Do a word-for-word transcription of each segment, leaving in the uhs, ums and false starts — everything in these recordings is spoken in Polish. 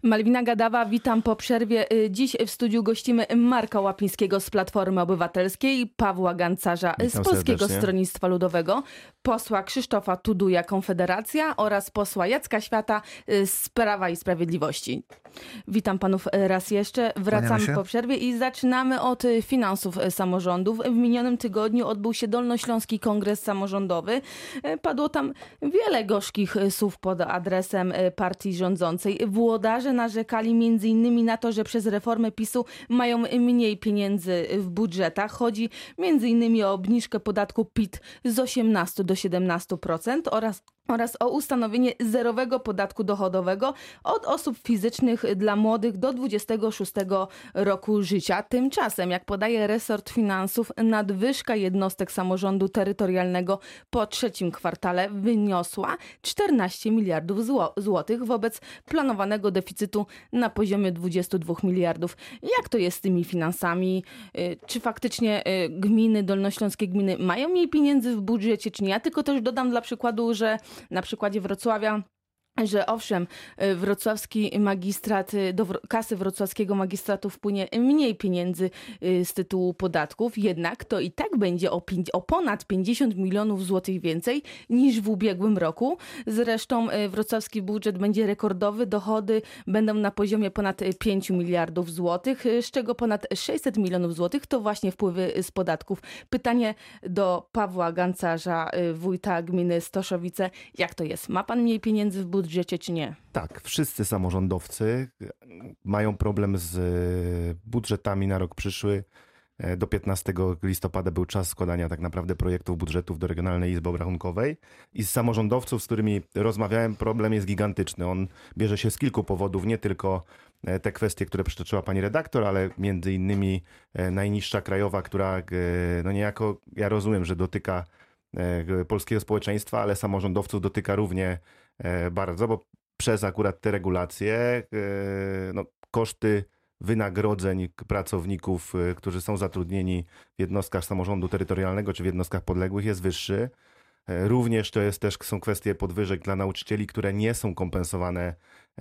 Malwina Gadawa, witam po przerwie. Dziś w studiu gościmy Marka Łapińskiego z Platformy Obywatelskiej, Pawła Gancarza witam z Polskiego serdecznie. Stronnictwa Ludowego, posła Krzysztofa Tuduja, Konfederacja oraz posła Jacka Świata z Prawa i Sprawiedliwości. Witam panów raz jeszcze. Wracamy po przerwie i zaczynamy od finansów samorządów. W minionym tygodniu odbył się Dolnośląski Kongres Samorządowy. Padło tam wiele gorzkich słów pod adresem partii rządzącej. Włodarze narzekali między innymi na to, że przez reformę PiSu mają mniej pieniędzy w budżetach. Chodzi między innymi o obniżkę podatku P I T z osiemnastu do siedemnastu procent oraz oraz o ustanowienie zerowego podatku dochodowego od osób fizycznych dla młodych do dwudziestego szóstego roku życia. Tymczasem, jak podaje resort finansów, nadwyżka jednostek samorządu terytorialnego po trzecim kwartale wyniosła czternaście miliardów złotych wobec planowanego deficytu na poziomie dwudziestu dwóch miliardów. Jak to jest z tymi finansami? Czy faktycznie gminy, dolnośląskie gminy mają mniej pieniędzy w budżecie, czy nie? Ja tylko też dodam dla przykładu, że na przykładzie Wrocławia, że owszem, wrocławski magistrat, do kasy wrocławskiego magistratu wpłynie mniej pieniędzy z tytułu podatków, jednak to i tak będzie o, o ponad pięćdziesiąt milionów złotych więcej niż w ubiegłym roku. Zresztą wrocławski budżet będzie rekordowy, dochody będą na poziomie ponad pięciu miliardów złotych, z czego ponad sześćset milionów złotych to właśnie wpływy z podatków. Pytanie do Pawła Gancarza, wójta gminy Stoszowice. Jak to jest? Ma pan mniej pieniędzy w budżecie? budżecie, czy nie? Tak, wszyscy samorządowcy mają problem z budżetami na rok przyszły. Do piętnastego listopada był czas składania tak naprawdę projektów budżetów do Regionalnej Izby Obrachunkowej i z samorządowców, z którymi rozmawiałem, problem jest gigantyczny. On bierze się z kilku powodów, nie tylko te kwestie, które przytoczyła pani redaktor, ale między innymi najniższa krajowa, która no niejako, ja rozumiem, że dotyka polskiego społeczeństwa, ale samorządowców dotyka równie bardzo, bo przez akurat te regulacje no, koszty wynagrodzeń pracowników, którzy są zatrudnieni w jednostkach samorządu terytorialnego czy w jednostkach podległych jest wyższy. Również to jest też, są kwestie podwyżek dla nauczycieli, które nie są kompensowane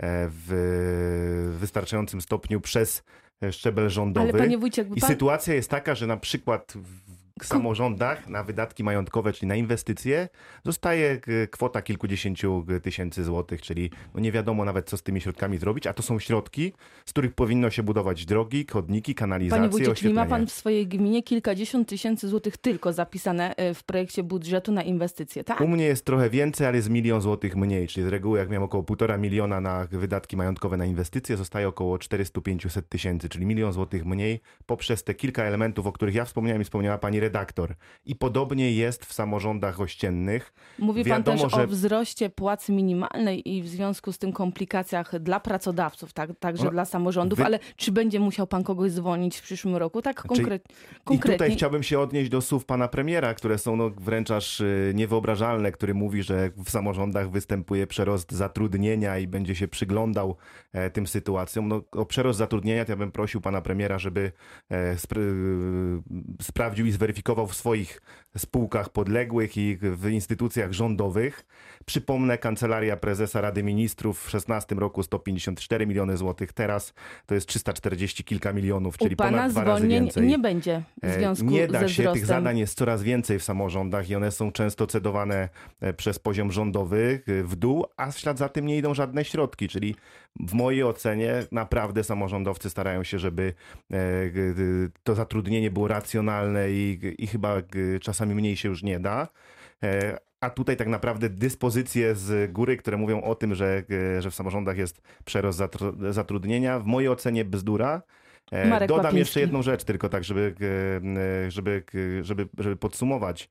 w wystarczającym stopniu przez szczebel rządowy. Ale panie wójcie, jakby I pan... sytuacja jest taka, że na przykład w samorządach na wydatki majątkowe, czyli na inwestycje, zostaje kwota kilkudziesięciu tysięcy złotych, czyli no nie wiadomo nawet, co z tymi środkami zrobić, a to są środki, z których powinno się budować drogi, chodniki, kanalizacje, Panie wójcie, czyli oświetlenie. ma pan w swojej gminie kilkadziesiąt tysięcy złotych tylko zapisane w projekcie budżetu na inwestycje, tak? U mnie jest trochę więcej, ale jest milion złotych mniej, czyli z reguły jak miałem około półtora miliona na wydatki majątkowe na inwestycje, zostaje około czterysta do pięciuset tysięcy, czyli milion złotych mniej poprzez te kilka elementów, o których ja wspomniałem i wspomniała pani redaktor. I podobnie jest w samorządach ościennych. Mówi Wiadomo, pan też że... o wzroście płacy minimalnej i w związku z tym komplikacjach dla pracodawców, tak, także no, dla samorządów, wy... ale czy będzie musiał pan kogoś zwolnić w przyszłym roku? Tak konkret... Czyli... konkretnie. I tutaj chciałbym się odnieść do słów pana premiera, które są no, wręcz aż niewyobrażalne, który mówi, że w samorządach występuje przerost zatrudnienia i będzie się przyglądał e, tym sytuacjom. No, o przerost zatrudnienia to ja bym prosił pana premiera, żeby e, spr- sprawdził i zweryfikował w swoich spółkach podległych i w instytucjach rządowych. Przypomnę, Kancelaria Prezesa Rady Ministrów w szesnastym roku sto pięćdziesiąt cztery miliony złotych, teraz to jest trzysta czterdzieści kilka milionów, czyli U pana ponad dwa razy więcej. nie będzie w związku Nie da ze się, wzrostem. tych zadań jest coraz więcej w samorządach i one są często cedowane przez poziom rządowy w dół, a w ślad za tym nie idą żadne środki, czyli w mojej ocenie naprawdę samorządowcy starają się, żeby to zatrudnienie było racjonalne i, i chyba czasami mniej się już nie da. A tutaj tak naprawdę dyspozycje z góry, które mówią o tym, że, że w samorządach jest przerost zatrudnienia, w mojej ocenie bzdura. Marek Dodam Łapiński. jeszcze jedną rzecz tylko tak, żeby, żeby, żeby, żeby podsumować.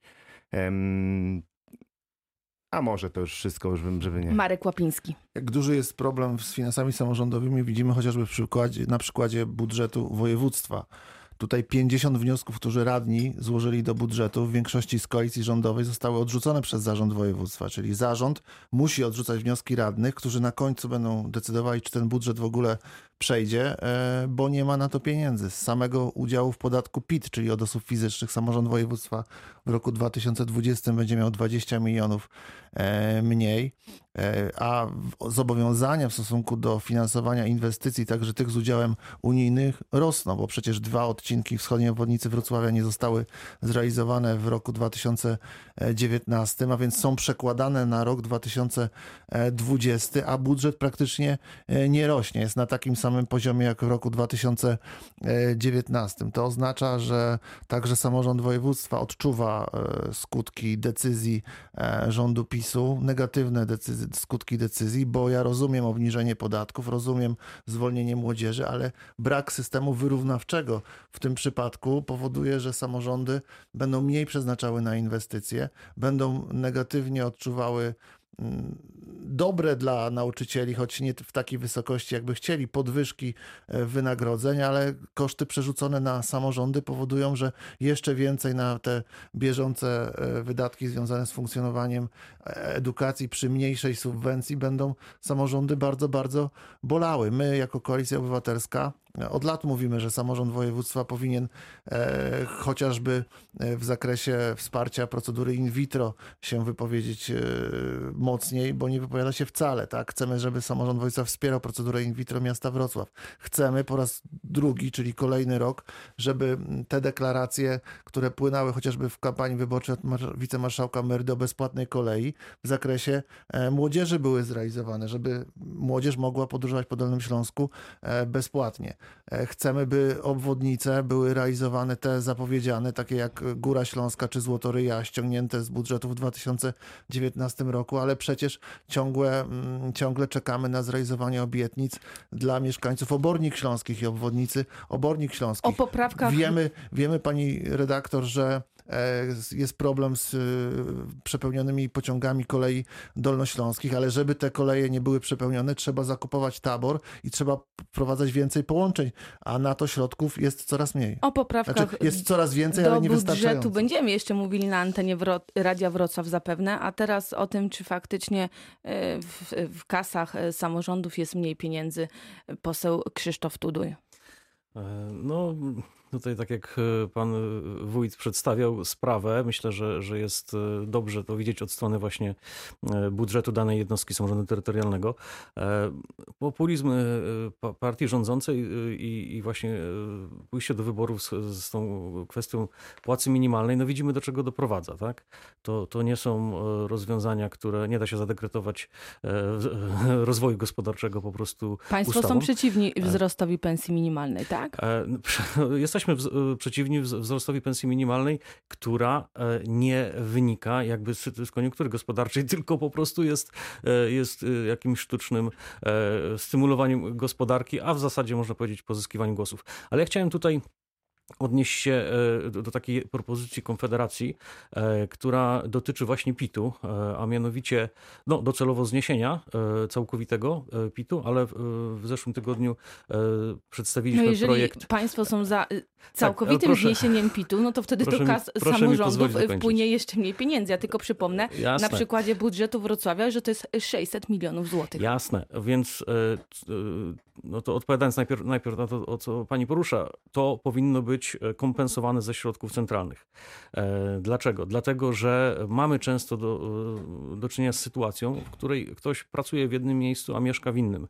A może to już wszystko, żeby, żeby nie. Marek Łapiński. Jak duży jest problem z finansami samorządowymi, widzimy chociażby w przykładzie, na przykładzie budżetu województwa. Tutaj pięćdziesiąt wniosków, którzy radni złożyli do budżetu, w większości z koalicji rządowej zostały odrzucone przez zarząd województwa. Czyli zarząd musi odrzucać wnioski radnych, którzy na końcu będą decydowali, czy ten budżet w ogóle przejdzie, bo nie ma na to pieniędzy. Z samego udziału w podatku P I T, czyli od osób fizycznych, samorząd województwa w roku dwa tysiące dwudziestym będzie miał dwadzieścia milionów mniej, a zobowiązania w stosunku do finansowania inwestycji, także tych z udziałem unijnych, rosną, bo przecież dwa odcinki wschodniej obwodnicy Wrocławia nie zostały zrealizowane w roku dwa tysiące dziewiętnastym, a więc są przekładane na rok dwa tysiące dwudziesty, a budżet praktycznie nie rośnie. Jest na takim samym poziomie jak w roku dwa tysiące dziewiętnastym. To oznacza, że także samorząd województwa odczuwa skutki decyzji rządu PiSu, negatywne decyzje, skutki decyzji, bo ja rozumiem obniżenie podatków, rozumiem zwolnienie młodzieży, ale brak systemu wyrównawczego w tym przypadku powoduje, że samorządy będą mniej przeznaczały na inwestycje, będą negatywnie odczuwały dobre dla nauczycieli, choć nie w takiej wysokości, jakby chcieli, podwyżki wynagrodzeń, ale koszty przerzucone na samorządy powodują, że jeszcze więcej na te bieżące wydatki związane z funkcjonowaniem edukacji przy mniejszej subwencji będą samorządy bardzo, bardzo bolały. My jako Koalicja Obywatelska od lat mówimy, że samorząd województwa powinien e, chociażby w zakresie wsparcia procedury in vitro się wypowiedzieć e, mocniej, bo nie wypowiada się wcale. Tak? Chcemy, żeby samorząd województwa wspierał procedurę in vitro miasta Wrocław. Chcemy po raz drugi, czyli kolejny rok, żeby te deklaracje, które płynęły chociażby w kampanii wyborczej od mar- wicemarszałka Merdy o bezpłatnej kolei w zakresie e, młodzieży były zrealizowane, żeby młodzież mogła podróżować po Dolnym Śląsku e, bezpłatnie. Chcemy, by obwodnice były realizowane te zapowiedziane, takie jak Góra Śląska czy Złotoryja, ściągnięte z budżetu w dwa tysiące dziewiętnastym roku, ale przecież ciągle, ciągle czekamy na zrealizowanie obietnic dla mieszkańców Obornik Śląskich i obwodnicy Obornik Śląskich. O poprawkach... Wiemy, wiemy pani redaktor, że jest problem z przepełnionymi pociągami kolei dolnośląskich, ale żeby te koleje nie były przepełnione, trzeba zakupować tabor i trzeba wprowadzać więcej połączeń, a na to środków jest coraz mniej. O poprawkach znaczy, jest coraz więcej, ale nie wystarczająco. Do budżetu będziemy jeszcze mówili na antenie Wro- Radia Wrocław zapewne, a teraz o tym, czy faktycznie w, w kasach samorządów jest mniej pieniędzy. Poseł Krzysztof Tuduj. No... Tutaj tak jak pan wójt przedstawiał sprawę, myślę, że, że jest dobrze to widzieć od strony właśnie budżetu danej jednostki samorządu terytorialnego. Populizm partii rządzącej i, i właśnie pójście do wyborów z, z tą kwestią płacy minimalnej, no widzimy, do czego doprowadza. Tak? To, to nie są rozwiązania, które nie da się zadekretować rozwoju gospodarczego po prostu Państwo ustawą. są przeciwni wzrostowi pensji minimalnej, tak? Jesteśmy Jesteśmy przeciwni wzrostowi pensji minimalnej, która nie wynika jakby z koniunktury gospodarczej, tylko po prostu jest, jest jakimś sztucznym stymulowaniem gospodarki, a w zasadzie można powiedzieć pozyskiwaniem głosów. Ale ja chciałem tutaj odnieść się do, do takiej propozycji Konfederacji, która dotyczy właśnie P I T-u, a mianowicie no, docelowo zniesienia całkowitego P I T-u, ale w zeszłym tygodniu przedstawiliśmy no jeżeli projekt... Jeżeli państwo są za całkowitym tak, proszę, zniesieniem P I T-u, no to wtedy do kas samorządów wpłynie jeszcze mniej pieniędzy. Ja tylko przypomnę Jasne. na przykładzie budżetu Wrocławia, że to jest sześćset milionów złotych. Jasne, więc no to odpowiadając najpierw, najpierw na to, o co pani porusza, to powinno być kompensowane ze środków centralnych. Dlaczego? Dlatego, że mamy często do, do czynienia z sytuacją, w której ktoś pracuje w jednym miejscu, a mieszka w innym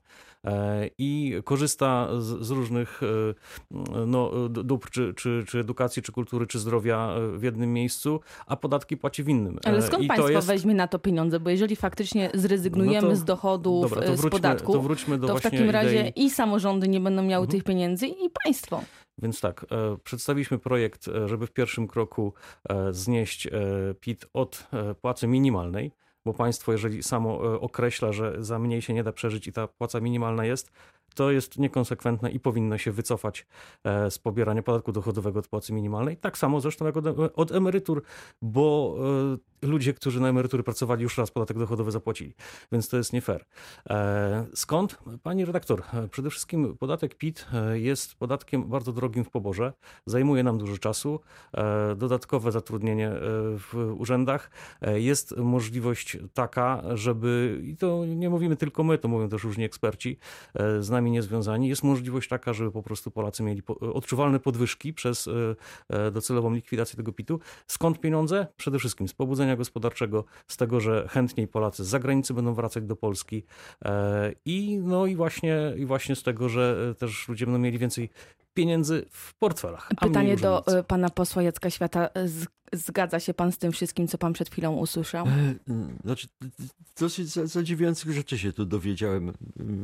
i korzysta z, z różnych no, dóbr, czy, czy, czy edukacji, czy kultury, czy zdrowia w jednym miejscu, a podatki płaci w innym. Ale skąd I państwo jest... weźmie na to pieniądze? Bo jeżeli faktycznie zrezygnujemy no to, z dochodów, dobra, to wróćmy, z podatków, to, wróćmy do to w takim razie idei... i samorządy nie będą miały mhm. tych pieniędzy i państwo. Więc tak, e, przedstawiliśmy projekt, żeby w pierwszym kroku e, znieść e, P I T od e, płacy minimalnej, bo państwo, jeżeli samo e, określa, że za mniej się nie da przeżyć i ta płaca minimalna jest, to jest niekonsekwentne i powinno się wycofać e, z pobierania podatku dochodowego od płacy minimalnej. Tak samo zresztą jak od, od emerytur, bo ludzie, którzy na emerytury pracowali, już raz podatek dochodowy zapłacili, więc to jest nie fair. Skąd? Pani redaktor, przede wszystkim podatek P I T jest podatkiem bardzo drogim w poborze, zajmuje nam dużo czasu, dodatkowe zatrudnienie w urzędach. Jest możliwość taka, żeby, i to nie mówimy tylko my, to mówią też różni eksperci z nami niezwiązani, jest możliwość taka, żeby po prostu Polacy mieli odczuwalne podwyżki przez docelową likwidację tego P I T-u. Skąd pieniądze? Przede wszystkim z pobudzenia gospodarczego, z tego, że chętniej Polacy z zagranicy będą wracać do Polski i no i właśnie, i właśnie z tego, że też ludzie będą mieli więcej pieniędzy w portfelach. Pytanie do pana posła Jacka Świata. Zgadza się pan z tym wszystkim, co pan przed chwilą usłyszał? Znaczy, dosyć zadziwiających rzeczy się tu dowiedziałem.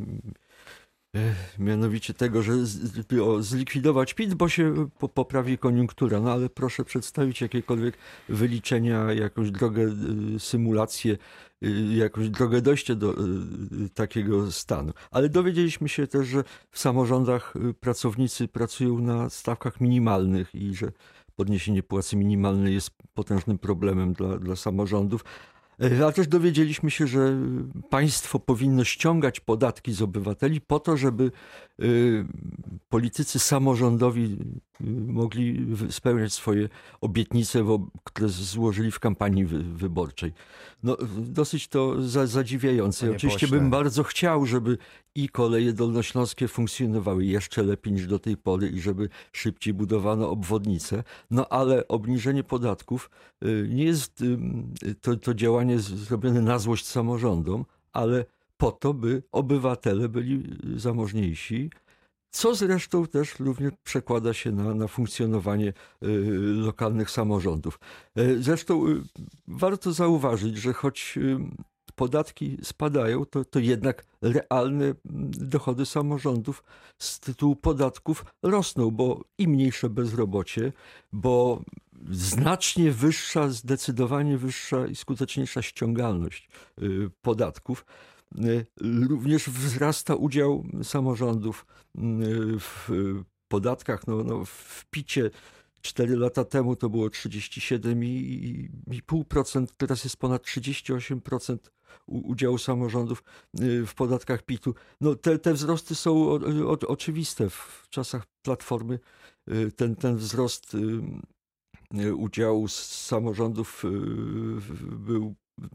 Mianowicie tego, że zlikwidować P I T, bo się poprawi koniunktura. No ale proszę przedstawić jakiekolwiek wyliczenia, jakąś drogę, symulację, jakąś drogę dojścia do takiego stanu. Ale dowiedzieliśmy się też, że w samorządach pracownicy pracują na stawkach minimalnych i że podniesienie płacy minimalnej jest potężnym problemem dla, dla samorządów. A też dowiedzieliśmy się, że państwo powinno ściągać podatki z obywateli po to, żeby politycy samorządowi mogli spełniać swoje obietnice, które złożyli w kampanii wyborczej. No, dosyć to zadziwiające. Panie Oczywiście pośle. bym bardzo chciał, żeby i koleje dolnośląskie funkcjonowały jeszcze lepiej niż do tej pory i żeby szybciej budowano obwodnice. No ale obniżenie podatków nie jest to, to działanie zrobione na złość samorządom, ale po to, by obywatele byli zamożniejsi, co zresztą też również przekłada się na, na funkcjonowanie y, lokalnych samorządów. Y, zresztą y, warto zauważyć, że choć y, podatki spadają, to, to jednak realne dochody samorządów z tytułu podatków rosną, bo i mniejsze bezrobocie, bo znacznie wyższa, zdecydowanie wyższa i skuteczniejsza ściągalność y, podatków. Również wzrasta udział samorządów w podatkach. No, no w picie cztery lata temu to było trzydzieści siedem przecinek pięć procent, teraz jest ponad trzydzieści osiem procent udziału samorządów w podatkach P I T-u. No te, te wzrosty są o, o, oczywiste. W czasach Platformy ten, ten wzrost udziału samorządów był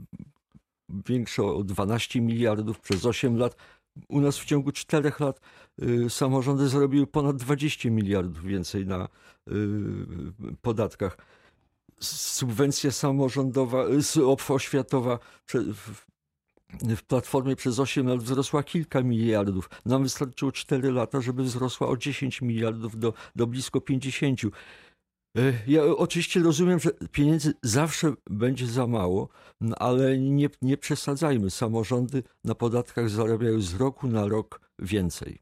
większe o dwanaście miliardów przez osiem lat. U nas w ciągu czterech lat y, samorządy zarobiły ponad dwadzieścia miliardów więcej na y, podatkach. Subwencja samorządowa, y, oświatowa prze, w, w Platformie przez osiem lat wzrosła kilka miliardów. Nam wystarczyło cztery lata, żeby wzrosła o dziesięć miliardów do, do blisko pięćdziesięciu. Ja oczywiście rozumiem, że pieniędzy zawsze będzie za mało, no ale nie, nie przesadzajmy. Samorządy na podatkach zarabiają z roku na rok więcej.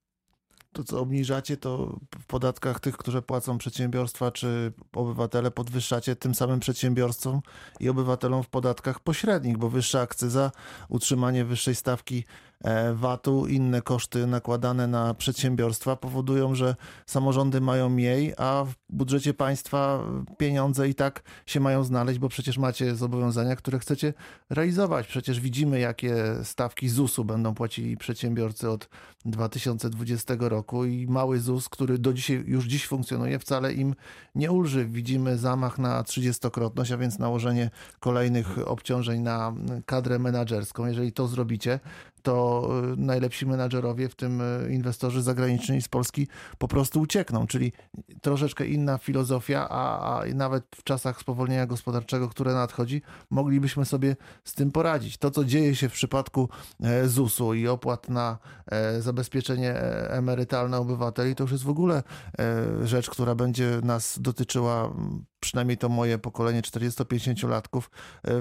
To, co obniżacie, to w podatkach tych, którzy płacą przedsiębiorstwa czy obywatele, podwyższacie tym samym przedsiębiorstwom i obywatelom w podatkach pośrednich, bo wyższa akcyza, utrzymanie wyższej stawki V A T-u, inne koszty nakładane na przedsiębiorstwa powodują, że samorządy mają mniej, a w budżecie państwa pieniądze i tak się mają znaleźć, bo przecież macie zobowiązania, które chcecie realizować. Przecież widzimy, jakie stawki zusu będą płacili przedsiębiorcy od dwa tysiące dwudziestego roku i mały ZUS, który do dzisiaj, już dziś funkcjonuje, wcale im nie ulży. Widzimy zamach na trzydziestokrotność, a więc nałożenie kolejnych obciążeń na kadrę menadżerską. Jeżeli to zrobicie, to najlepsi menadżerowie, w tym inwestorzy zagraniczni z Polski, po prostu uciekną. Czyli troszeczkę inna filozofia, a, a nawet w czasach spowolnienia gospodarczego, które nadchodzi, moglibyśmy sobie z tym poradzić. To, co dzieje się w przypadku zusu i opłat na zabezpieczenie emerytalne obywateli, to już jest w ogóle rzecz, która będzie nas dotyczyła, przynajmniej to moje pokolenie czterdziesto-pięćdziesięciolatków,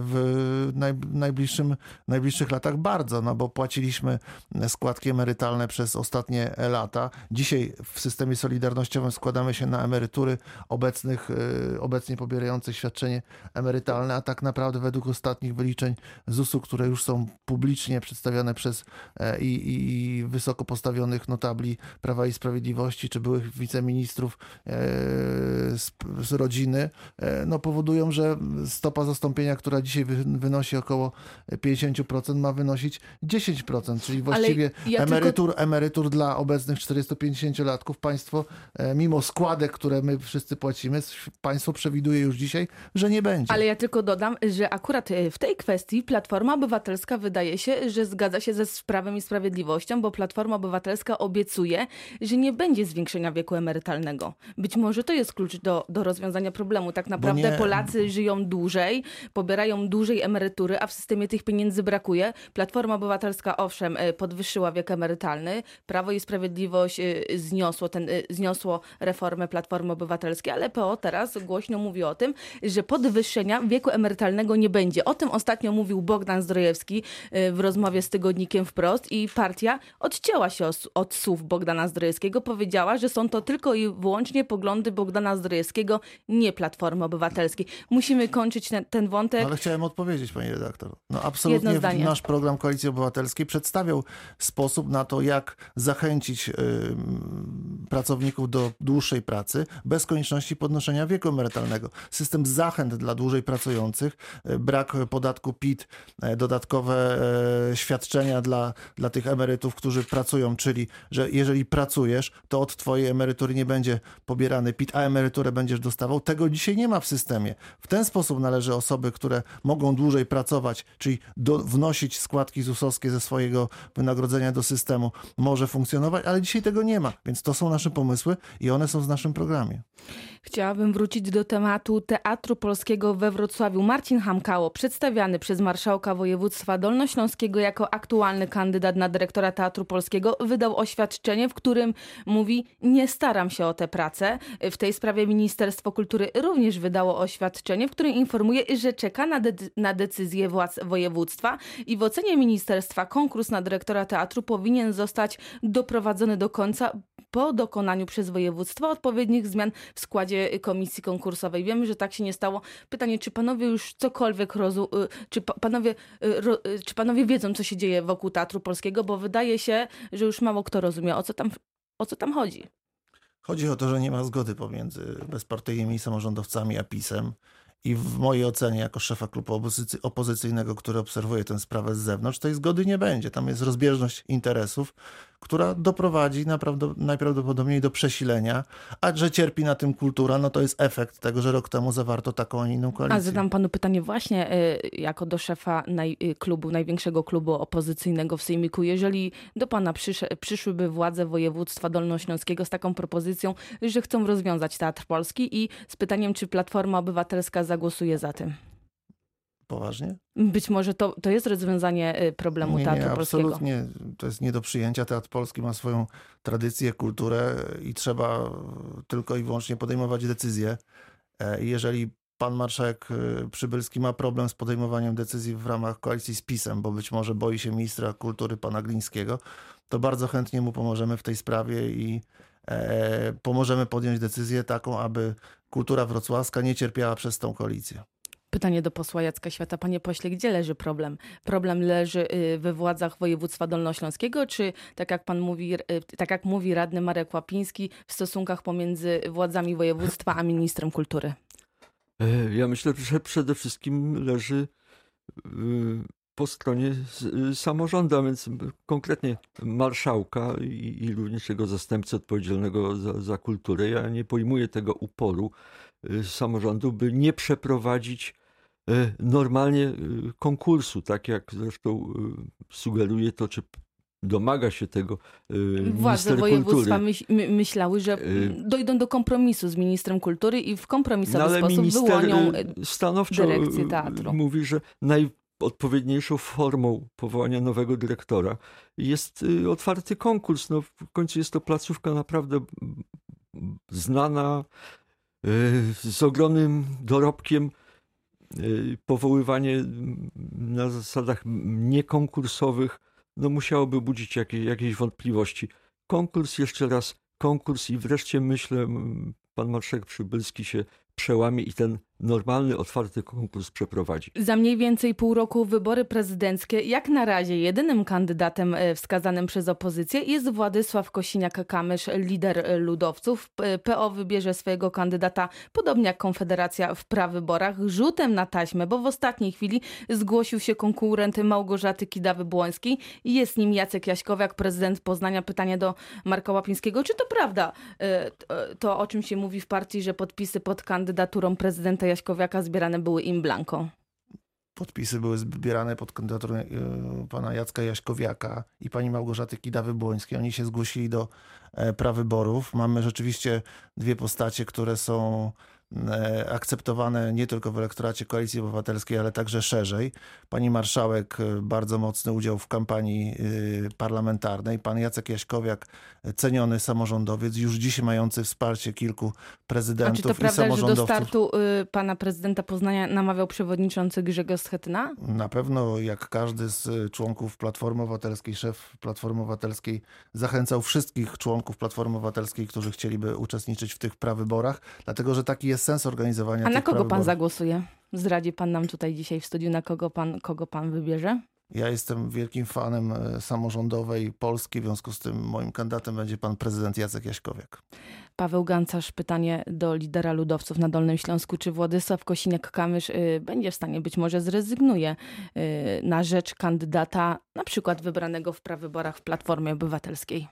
w najbliższym, najbliższych latach bardzo, no bo płaciliśmy składki emerytalne przez ostatnie lata. Dzisiaj w systemie solidarnościowym składamy się na emerytury obecnych, obecnie pobierających świadczenie emerytalne, a tak naprawdę według ostatnich wyliczeń zusu, które już są publicznie przedstawiane przez i, i wysoko postawionych notabli Prawa i Sprawiedliwości, czy byłych wiceministrów z, z rodziny, systemie, no powodują, że stopa zastąpienia, która dzisiaj wynosi około pięćdziesiąt procent, ma wynosić dziesięć procent, czyli właściwie ja emerytur, tylko... emerytur dla obecnych czterdziesto-pięćdziesięciolatków państwo, mimo składek, które my wszyscy płacimy, państwo przewiduje już dzisiaj, że nie będzie. Ale ja tylko dodam, że akurat w tej kwestii Platforma Obywatelska wydaje się, że zgadza się ze Prawem i Sprawiedliwością, bo Platforma Obywatelska obiecuje, że nie będzie zwiększenia wieku emerytalnego. Być może to jest klucz do, do rozwiązania problemu. Tak naprawdę nie... Polacy żyją dłużej, pobierają dłużej emerytury, a w systemie tych pieniędzy brakuje. Platforma Obywatelska owszem podwyższyła wiek emerytalny, Prawo i Sprawiedliwość zniosło, ten, zniosło reformę Platformy Obywatelskiej, ale P O teraz głośno mówi o tym, że podwyższenia wieku emerytalnego nie będzie. O tym ostatnio mówił Bogdan Zdrojewski w rozmowie z tygodnikiem Wprost i partia odcięła się od słów Bogdana Zdrojewskiego. Powiedziała, że są to tylko i wyłącznie poglądy Bogdana Zdrojewskiego, nie Platformy Obywatelskiej. Musimy kończyć ten, ten wątek. Ale chciałem odpowiedzieć, pani redaktor. No absolutnie nasz program Koalicji Obywatelskiej przedstawiał sposób na to, jak zachęcić yy, pracowników do dłuższej pracy bez konieczności podnoszenia wieku emerytalnego. System zachęt dla dłużej pracujących, yy, brak podatku P I T, yy, dodatkowe yy, świadczenia dla, dla tych emerytów, którzy pracują, czyli, że jeżeli pracujesz, to od twojej emerytury nie będzie pobierany P I T, a emeryturę będziesz dostawał. Tego dzisiaj nie ma w systemie. W ten sposób należy osoby, które mogą dłużej pracować, czyli do, wnosić składki zusowskie ze swojego wynagrodzenia do systemu, może funkcjonować, ale dzisiaj tego nie ma. Więc to są nasze pomysły i one są w naszym programie. Chciałabym wrócić do tematu Teatru Polskiego we Wrocławiu. Marcin Hamkało, przedstawiany przez marszałka województwa dolnośląskiego jako aktualny kandydat na dyrektora Teatru Polskiego, wydał oświadczenie, w którym mówi: nie staram się o tę pracę. W tej sprawie Ministerstwo Kultury również wydało oświadczenie, w którym informuje, że czeka na, de- na decyzję władz województwa i w ocenie ministerstwa konkurs na dyrektora teatru powinien zostać doprowadzony do końca po dokonaniu przez województwo odpowiednich zmian w składzie komisji konkursowej. Wiemy, że tak się nie stało. Pytanie, czy panowie już cokolwiek rozumieją, czy panowie, czy panowie wiedzą, co się dzieje wokół Teatru Polskiego, bo wydaje się, że już mało kto rozumie, o co tam, o co tam chodzi. Chodzi o to, że nie ma zgody pomiędzy bezpartyjnymi samorządowcami a PiS-em. I w mojej ocenie, jako szefa klubu opozycy- opozycyjnego, który obserwuje tę sprawę z zewnątrz, tej zgody nie będzie. Tam jest rozbieżność interesów, która doprowadzi naprawdę, najprawdopodobniej do przesilenia, a że cierpi na tym kultura, no to jest efekt tego, że rok temu zawarto taką, a nie inną koalicję. A zadam panu pytanie właśnie jako do szefa naj, klubu, największego klubu opozycyjnego w Sejmiku. Jeżeli do pana przysz, przyszłyby władze województwa dolnośląskiego z taką propozycją, że chcą rozwiązać Teatr Polski i z pytaniem, czy Platforma Obywatelska zagłosuje za tym? Poważnie? Być może to, to jest rozwiązanie problemu nie, Teatru nie, Polskiego. Absolutnie. To jest nie do przyjęcia. Teatr Polski ma swoją tradycję, kulturę i trzeba tylko i wyłącznie podejmować decyzje. Jeżeli pan marszałek Przybylski ma problem z podejmowaniem decyzji w ramach koalicji z PiS-em, bo być może boi się ministra kultury pana Glińskiego, to bardzo chętnie mu pomożemy w tej sprawie i e, pomożemy podjąć decyzję taką, aby kultura wrocławska nie cierpiała przez tą koalicję. Pytanie do posła Jacka Świata. Panie pośle, gdzie leży problem? Problem leży we władzach województwa dolnośląskiego, czy tak jak pan mówi, tak jak mówi radny Marek Łapiński, w stosunkach pomiędzy władzami województwa a ministrem kultury? Ja myślę, że przede wszystkim leży po stronie samorządu, a więc konkretnie marszałka i, i również jego zastępcy odpowiedzialnego za, za kulturę. Ja nie pojmuję tego uporu samorządu, by nie przeprowadzić normalnie konkursu, tak jak zresztą sugeruje to, czy domaga się tego władze województwa myśl, myślały, że dojdą do kompromisu z ministrem kultury i w kompromisowy no, ale sposób wyłonią stanowczo dyrekcję teatru. Mówi, że najodpowiedniejszą formą powołania nowego dyrektora jest otwarty konkurs. No, w końcu jest to placówka naprawdę znana, z ogromnym dorobkiem. Powoływanie na zasadach niekonkursowych no musiałoby budzić jakieś, jakieś wątpliwości. Konkurs, jeszcze raz konkurs i wreszcie myślę, pan marszałek Przybylski się przełamie i ten normalny, otwarty konkurs przeprowadzi. Za mniej więcej pół roku wybory prezydenckie. Jak na razie jedynym kandydatem wskazanym przez opozycję jest Władysław Kosiniak-Kamysz, lider ludowców. P O wybierze swojego kandydata, podobnie jak Konfederacja w prawyborach, rzutem na taśmę, bo w ostatniej chwili zgłosił się konkurent Małgorzaty Kidawy-Błońskiej i jest nim Jacek Jaśkowiak, prezydent Poznania. Pytanie do Marka Łapińskiego. Czy to prawda, to o czym się mówi w partii, że podpisy pod kandydaturą prezydenta Jaśkowiaka zbierane były in blanco? Podpisy były zbierane pod kandydaturą y, pana Jacka Jaśkowiaka i pani Małgorzaty Kidawy-Błońskiej. Oni się zgłosili do e, prawyborów. Mamy rzeczywiście dwie postacie, które są e, akceptowane nie tylko w elektoracie Koalicji Obywatelskiej, ale także szerzej. Pani marszałek e, bardzo mocny udział w kampanii y, parlamentarnej. Pan Jacek Jaśkowiak, ceniony samorządowiec, już dzisiaj mający wsparcie kilku prezydentów i samorządowców. A czy to prawda, że do startu y, pana prezydenta Poznania namawiał przewodniczący Grzegorz Schetyna? Na pewno, jak każdy z członków Platformy Obywatelskiej, szef Platformy Obywatelskiej zachęcał wszystkich członków Platformy Obywatelskiej, którzy chcieliby uczestniczyć w tych prawyborach, dlatego że taki jest sens organizowania A tych na kogo prawyborów. pan zagłosuje? Zdradzi pan nam tutaj dzisiaj w studiu, na kogo pan, kogo pan wybierze? Ja jestem wielkim fanem samorządowej Polski, w związku z tym moim kandydatem będzie pan prezydent Jacek Jaśkowiak. Paweł Gancarz, pytanie do lidera ludowców na Dolnym Śląsku. Czy Władysław Kosiniak-Kamysz y, będzie w stanie, być może zrezygnuje y, na rzecz kandydata, na przykład wybranego w prawyborach w Platformie Obywatelskiej?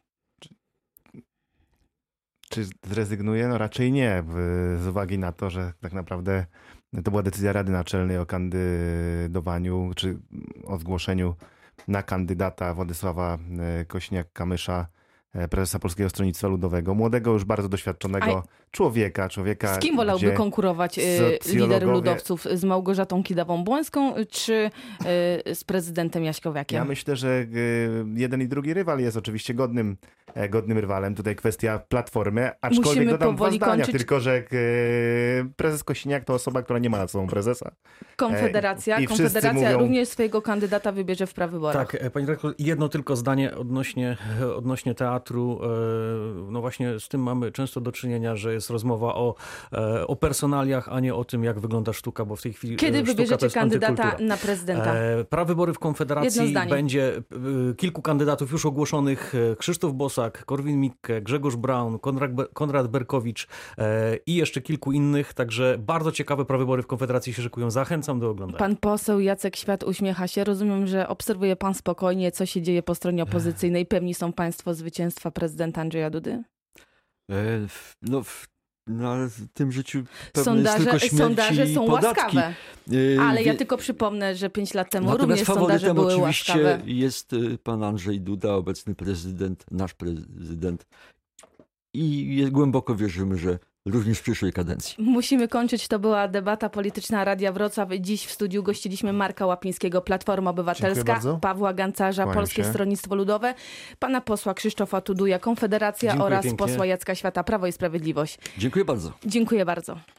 Czy zrezygnuje? No raczej nie, z uwagi na to, że tak naprawdę to była decyzja Rady Naczelnej o kandydowaniu, czy o zgłoszeniu na kandydata Władysława Kosiniak-Kamysza, prezesa Polskiego Stronnictwa Ludowego, młodego, już bardzo doświadczonego A człowieka. człowieka z kim wolałby konkurować lider ludowców? Z Małgorzatą Kidawą-Błońską czy z prezydentem Jaśkowiakiem? Ja myślę, że jeden i drugi rywal jest oczywiście godnym, godnym rywalem. Tutaj kwestia Platformy, aczkolwiek Musimy dodam dwa zdania, kończyć. tylko że prezes Kosiniak to osoba, która nie ma nad sobą prezesa. Konfederacja. I Konfederacja mówią... również swojego kandydata wybierze w prawyborach. Tak, pani dyrektor, jedno tylko zdanie odnośnie, odnośnie teatru. No właśnie z tym mamy często do czynienia, że jest rozmowa o, o personaliach, a nie o tym, jak wygląda sztuka, bo w tej chwili Kiedy sztuka wybierzecie to jest kandydata antykultura. na prezydenta? Prawybory w Konfederacji będzie kilku kandydatów już ogłoszonych. Krzysztof Bosak, Korwin-Mikke, Grzegorz Braun, Konrad, Konrad Berkowicz i jeszcze kilku innych. Także bardzo ciekawe prawybory w Konfederacji się szykują. Zachęcam do oglądania. Pan poseł Jacek Świat uśmiecha się. Rozumiem, że obserwuje pan spokojnie, co się dzieje po stronie opozycyjnej. Pewni są państwo zwycięstwa prezydenta Andrzeja Dudy? E, no, w, na tym życiu pewnie sondaże, jest tylko śmierć sondaże są i podatki. łaskawe. E, Ale ja wie... tylko przypomnę, że pięć lat temu Natomiast również sondaże były oczywiście łaskawe. jest pan Andrzej Duda, obecny prezydent, nasz prezydent. I jest, głęboko wierzymy, że również w przyszłej kadencji. Musimy kończyć. To była debata polityczna Radia Wrocław. Dziś w studiu gościliśmy Marka Łapińskiego, Platforma Obywatelska, Pawła Gancarza, Kłaniam Polskie się. Stronnictwo Ludowe, pana posła Krzysztofa Tuduja, Konfederacja Dziękuję oraz pięknie. posła Jacka Świata, Prawo i Sprawiedliwość. Dziękuję bardzo. Dziękuję bardzo.